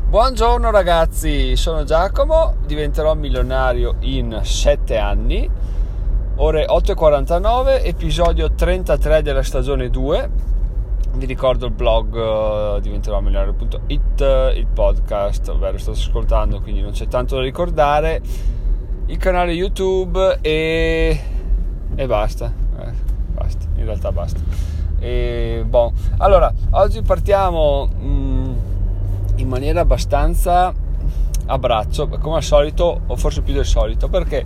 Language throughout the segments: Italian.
Buongiorno ragazzi, sono Giacomo, diventerò milionario in 7 anni, ore 8:49, episodio 33 della stagione 2. Vi ricordo il blog diventerò milionario.it, il podcast, ovvero sto ascoltando, quindi non c'è tanto da ricordare, il canale YouTube e basta, in realtà basta. Allora, oggi partiamo in maniera abbastanza a braccio, come al solito, o forse più del solito, perché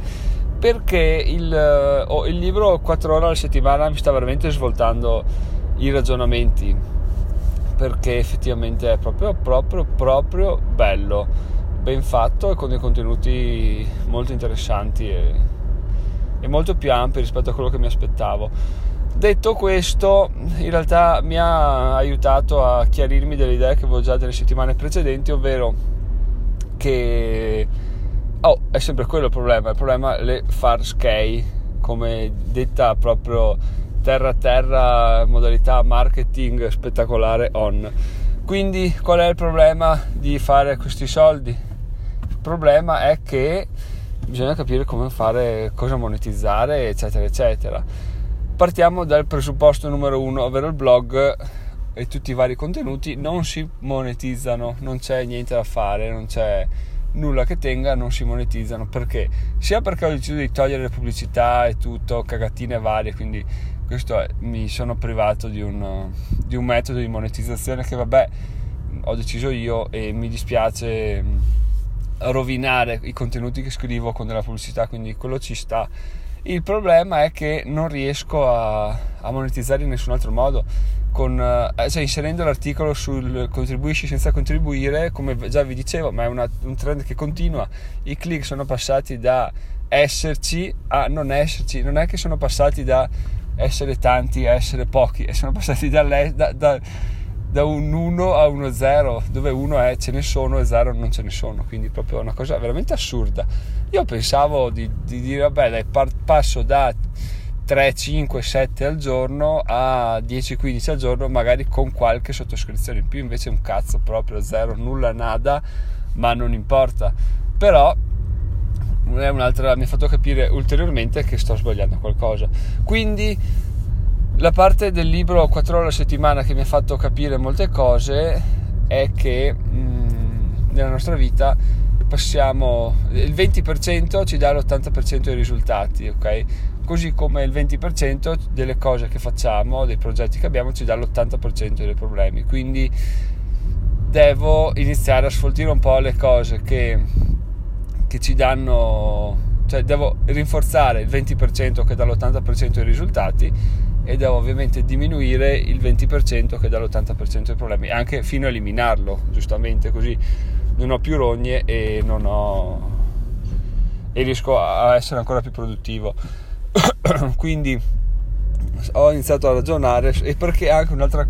il libro 4 ore alla settimana mi sta veramente svoltando i ragionamenti, perché effettivamente è proprio bello, ben fatto e con dei contenuti molto interessanti e molto più ampi rispetto a quello che mi aspettavo. Detto questo, in realtà mi ha aiutato a chiarirmi delle idee che avevo già delle settimane precedenti, ovvero che è sempre quello il problema le farskei, come detta proprio terra modalità marketing spettacolare on. Quindi qual è il problema di fare questi soldi? Il problema è che bisogna capire come fare, cosa monetizzare, eccetera eccetera. Partiamo dal presupposto numero 1, ovvero il blog e tutti i vari contenuti non si monetizzano, non c'è niente da fare, non c'è nulla che tenga, non si monetizzano. Perché? Sia perché ho deciso di togliere le pubblicità e tutto, cagatine varie, quindi mi sono privato di un metodo di monetizzazione che ho deciso io, e mi dispiace rovinare i contenuti che scrivo con della pubblicità, quindi quello ci sta. Il problema è che non riesco a monetizzare in nessun altro modo, inserendo l'articolo sul contribuisci senza contribuire, come già vi dicevo, ma è un trend che continua. I click sono passati da esserci a non esserci, non è che sono passati da essere tanti a essere pochi, e sono passati da un 1 a uno 0, dove 1 è ce ne sono e 0 non ce ne sono, quindi proprio una cosa veramente assurda. Io pensavo di dire passo da 3, 5, 7 al giorno a 10, 15 al giorno, magari con qualche sottoscrizione in più, invece un cazzo, proprio 0, nulla, nada, ma non importa. Però mi ha fatto capire ulteriormente che sto sbagliando qualcosa. Quindi la parte del libro 4 ore alla settimana che mi ha fatto capire molte cose è che nella nostra vita passiamo, il 20% ci dà l'80% dei risultati, ok? Così come il 20% delle cose che facciamo, dei progetti che abbiamo, ci dà l'80% dei problemi. Quindi devo iniziare a sfoltire un po' le cose che ci danno, cioè devo rinforzare il 20% che dà l'80% dei risultati, e devo ovviamente diminuire il 20% che dà l'80% dei problemi, anche fino a eliminarlo, giustamente, così non ho più rogne e riesco a essere ancora più produttivo. Quindi ho iniziato a ragionare, e perché anche un'altra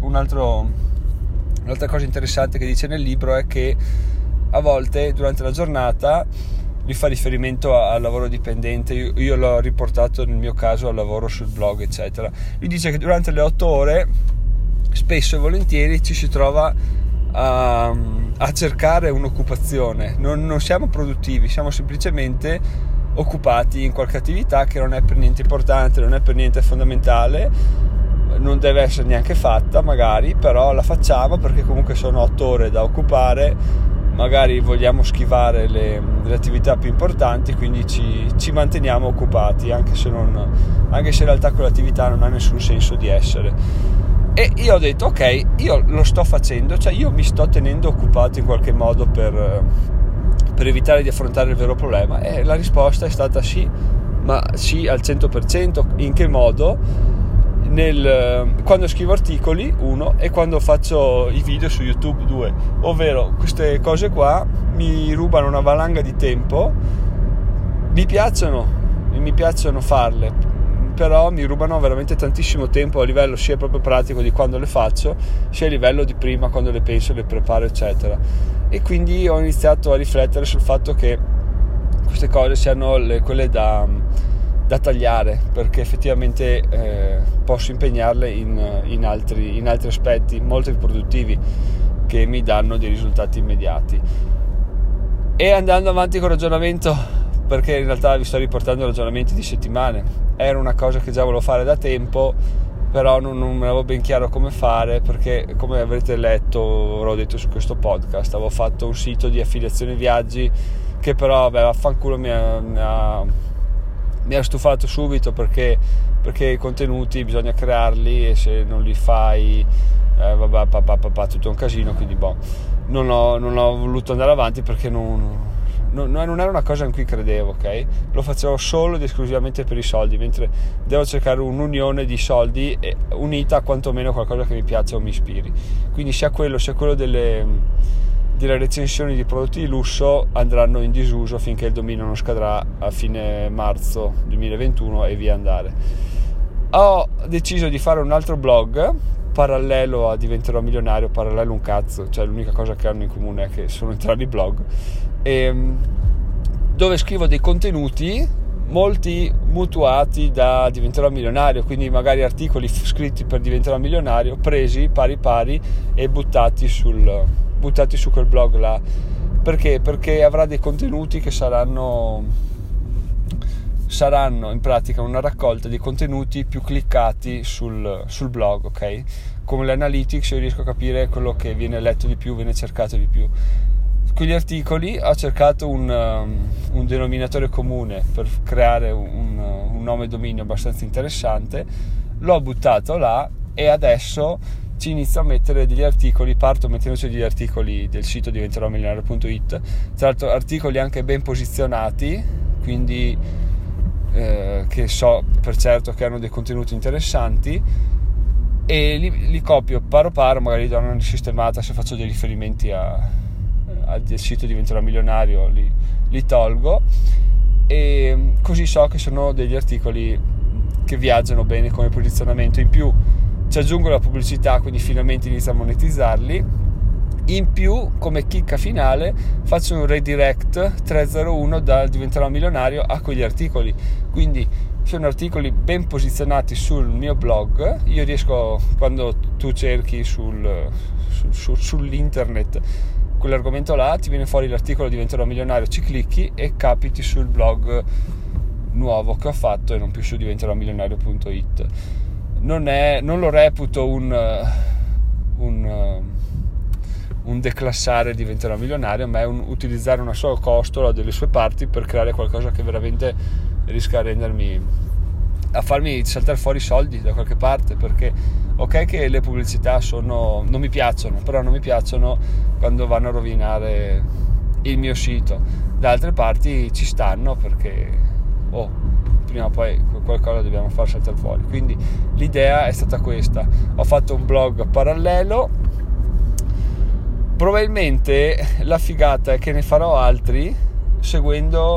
cosa interessante che dice nel libro è che a volte durante la giornata lui fa riferimento al lavoro dipendente, io l'ho riportato nel mio caso al lavoro sul blog eccetera. Lui dice che durante le 8 ore spesso e volentieri ci si trova a cercare un'occupazione, non siamo produttivi, siamo semplicemente occupati in qualche attività che non è per niente importante, non è per niente fondamentale, non deve essere neanche fatta magari, però la facciamo perché comunque sono 8 ore da occupare, magari vogliamo schivare le attività più importanti, quindi ci manteniamo occupati, anche se in realtà quell'attività non ha nessun senso di essere. E io ho detto ok, io lo sto facendo, cioè io mi sto tenendo occupato in qualche modo per evitare di affrontare il vero problema, e la risposta è stata sì, ma sì al 100%. In che modo? Quando scrivo articoli 1 e quando faccio i video su YouTube 2, ovvero queste cose qua mi rubano una valanga di tempo, mi piacciono farle, però mi rubano veramente tantissimo tempo a livello sia proprio pratico di quando le faccio, sia a livello di prima quando le penso, le preparo eccetera. E quindi ho iniziato a riflettere sul fatto che queste cose siano quelle da tagliare, perché effettivamente posso impegnarle in altri aspetti molto più produttivi. che mi danno dei risultati immediati. E andando avanti col ragionamento, perché in realtà vi sto riportando ragionamenti di settimane, era una cosa che già volevo fare da tempo, però non me l'avevo ben chiaro come fare, perché come avrete letto, l'ho detto su questo podcast, avevo fatto un sito di affiliazione viaggi che però vaffanculo mi ha stufato subito, perché i contenuti bisogna crearli e se non li fai tutto un casino, quindi non ho voluto andare avanti perché non era una cosa in cui credevo, ok? Lo facevo solo ed esclusivamente per i soldi, mentre devo cercare un'unione di soldi unita a quantomeno qualcosa che mi piace o mi ispiri. Quindi sia quello delle recensioni di prodotti di lusso andranno in disuso finché il dominio non scadrà a fine marzo 2021 e via andare. Ho deciso di fare un altro blog parallelo a Diventerò Milionario, parallelo un cazzo, cioè l'unica cosa che hanno in comune è che sono entrambi blog, dove scrivo dei contenuti, molti mutuati da Diventerò Milionario, quindi magari articoli scritti per Diventerò Milionario presi pari e buttati su quel blog là. Perché avrà dei contenuti che saranno in pratica una raccolta di contenuti più cliccati sul blog, ok? Come le analytics io riesco a capire quello che viene letto di più, viene cercato di più. Quegli articoli ho cercato un denominatore comune per creare un nome dominio abbastanza interessante, l'ho buttato là e adesso ci inizio a mettere degli articoli, parto mettendoci degli articoli del sito diventeromilionario.it, tra l'altro articoli anche ben posizionati, quindi che so per certo che hanno dei contenuti interessanti, e li copio paro, magari do una sistemata, se faccio dei riferimenti al sito Diventerò Milionario li tolgo, e così so che sono degli articoli che viaggiano bene come posizionamento. In più ci aggiungo la pubblicità, quindi finalmente inizio a monetizzarli. In più, come chicca finale, faccio un redirect 301 dal Diventerò Milionario a quegli articoli, quindi sono articoli ben posizionati sul mio blog. Io riesco, quando tu cerchi sull'internet quell'argomento là, ti viene fuori l'articolo Diventerò Milionario, ci clicchi e capiti sul blog nuovo che ho fatto e non più su diventeromilionario.it. Non lo reputo un declassare Diventerò Milionario, ma è un utilizzare una sua costola delle sue parti per creare qualcosa che veramente riesca a farmi saltare fuori soldi da qualche parte, perché ok che le pubblicità non mi piacciono, però non mi piacciono quando vanno a rovinare il mio sito. Da altre parti ci stanno, perché prima o poi qualcosa dobbiamo far saltare fuori. Quindi l'idea è stata questa. Ho fatto un blog parallelo. Probabilmente la figata è che ne farò altri seguendo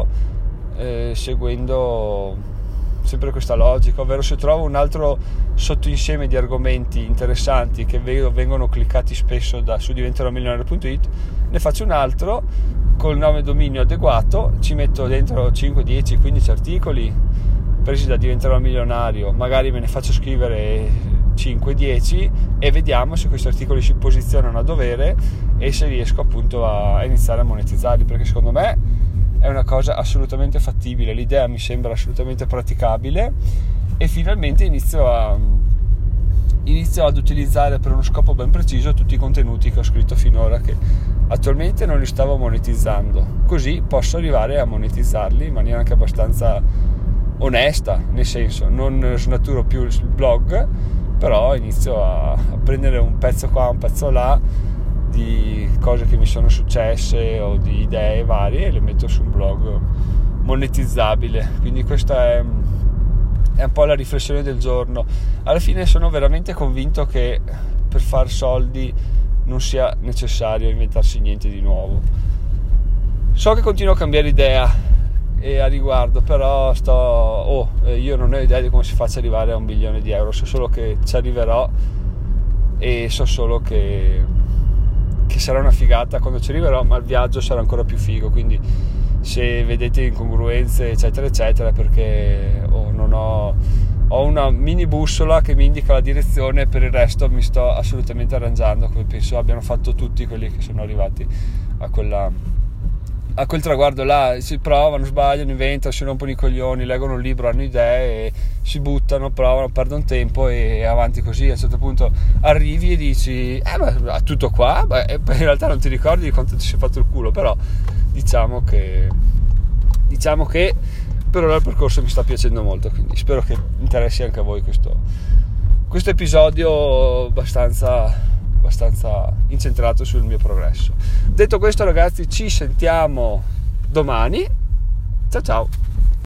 sempre questa logica, ovvero se trovo un altro sottoinsieme di argomenti interessanti che vengono cliccati spesso su diventeromilionario.it, ne faccio un altro col nome dominio adeguato, ci metto dentro 5, 10, 15 articoli presi da Diventerò Milionario, magari me ne faccio scrivere 5-10 e vediamo se questi articoli si posizionano a dovere e se riesco appunto a iniziare a monetizzarli, perché secondo me è una cosa assolutamente fattibile, l'idea mi sembra assolutamente praticabile e finalmente inizio ad utilizzare per uno scopo ben preciso tutti i contenuti che ho scritto finora, che attualmente non li stavo monetizzando, così posso arrivare a monetizzarli in maniera anche abbastanza onesta, nel senso non snaturo più il blog, però inizio a prendere un pezzo qua, un pezzo là di cose che mi sono successe o di idee varie e le metto su un blog monetizzabile. Quindi questa è un po' la riflessione del giorno. Alla fine sono veramente convinto che per far soldi non sia necessario inventarsi niente di nuovo. So che continuo a cambiare idea e a riguardo, però io non ho idea di come si faccia arrivare a 1 milione di euro, so solo che ci arriverò e so solo che sarà una figata quando ci arriverò, ma il viaggio sarà ancora più figo. Quindi se vedete incongruenze eccetera eccetera, perché non ho ho una mini bussola che mi indica la direzione, per il resto mi sto assolutamente arrangiando, come penso abbiano fatto tutti quelli che sono arrivati a quel traguardo là. Si provano, sbagliano, inventano, si rompono i coglioni, leggono un libro, hanno idee, si buttano, provano, perdono tempo e avanti così. A un certo punto arrivi e dici ma tutto qua? In realtà non ti ricordi di quanto ti sei fatto il culo, però diciamo che per ora il percorso mi sta piacendo molto, quindi spero che interessi anche a voi questo episodio abbastanza incentrato sul mio progresso. Detto questo, ragazzi, ci sentiamo domani. Ciao ciao.